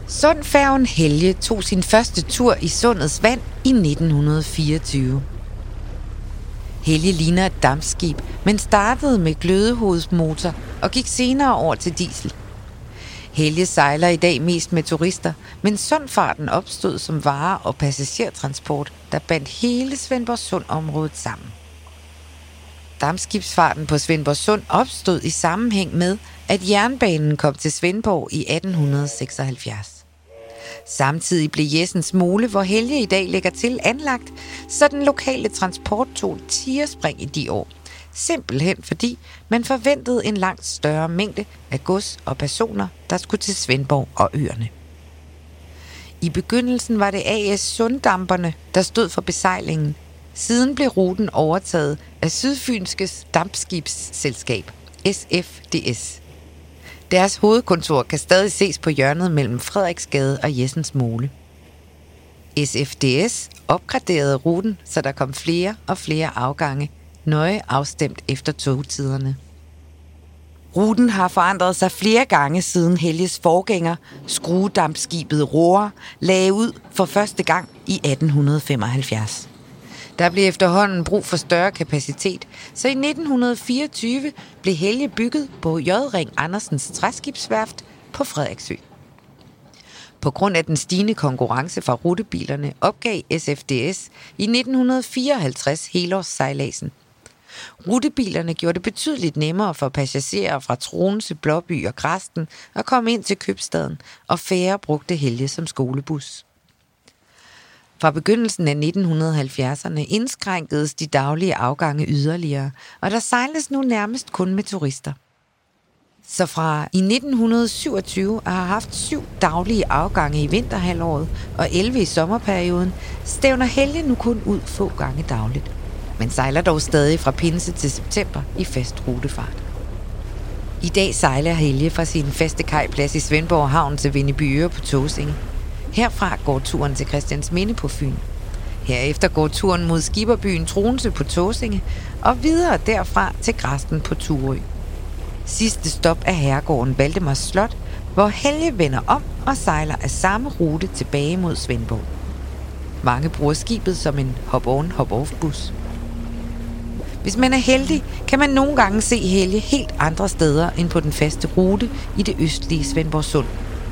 Sundfærgen Helge tog sin første tur i Sundets vand i 1924. Helge ligner et dampskib, men startede med glødehovedsmotor og gik senere over til diesel. Helge sejler i dag mest med turister, men Sundfarten opstod som vare- og passagertransport, der bandt hele Svendborgsund-området sammen. Dampskibsfarten på Svendborgsund opstod i sammenhæng med, at jernbanen kom til Svendborg i 1876. Samtidig blev Jessens Mole, hvor Helge i dag ligger til, anlagt, så den lokale transport tog et tigerspring i de år. Simpelthen fordi man forventede en langt større mængde af gods og personer, der skulle til Svendborg og øerne. I begyndelsen var det AS Sunddamperne, der stod for besejlingen. Siden blev ruten overtaget af Sydfynskes Dampskibsselskab, SFDS. Deres hovedkontor kan stadig ses på hjørnet mellem Frederiksgade og Jessens Mole. SFDS opgraderede ruten, så der kom flere og flere afgange, nøje afstemt efter togtiderne. Ruten har forandret sig flere gange siden Helges forgænger, skruedampskibet Roar, lagde ud for første gang i 1875. Der blev efterhånden brug for større kapacitet, så i 1924 blev Helge bygget på J. Ring Andersens træskibsværft på Frederiksø. På grund af den stigende konkurrence fra rutebilerne opgav SFDS i 1954 helårssejladsen. Rutebilerne gjorde det betydeligt nemmere for passagerer fra Troense, Blåby og Græsten at komme ind til købstaden, og færre brugte Helge som skolebus. Fra begyndelsen af 1970'erne indskrænkedes de daglige afgange yderligere, og der sejles nu nærmest kun med turister. Så fra i 1927 har haft 7 daglige afgange i vinterhalvåret og 11 i sommerperioden, stævner Helge nu kun ud få gange dagligt, men sejler dog stadig fra pinse til september i fast rutefart. I dag sejler Helge fra sin faste kajplads i Svendborg Havn til Vindeby på Tåsinge. Herfra går turen til Christiansminde på Fyn. Herefter går turen mod skipperbyen Troense på Tåsinge og videre derfra til Græsten på Turø. Sidste stop er herregården Valdemars Slot, hvor Helge vender om og sejler af samme rute tilbage mod Svendborg. Mange bruger skibet som en hop-on, hop-off-bus. Hvis man er heldig, kan man nogle gange se Helge helt andre steder end på den faste rute i det østlige Svendborgsund.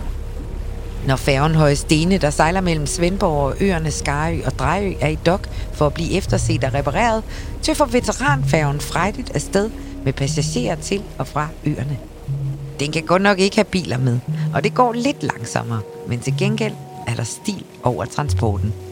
Når færgen Høje Stene, der sejler mellem Svendborg og øerne Skarø og Drejø, er i dok for at blive efterset og repareret, tøffer veteranfærgen frejdigt afsted med passagerer til og fra øerne. Den kan godt nok ikke have biler med, og det går lidt langsommere, men til gengæld er der stil over transporten.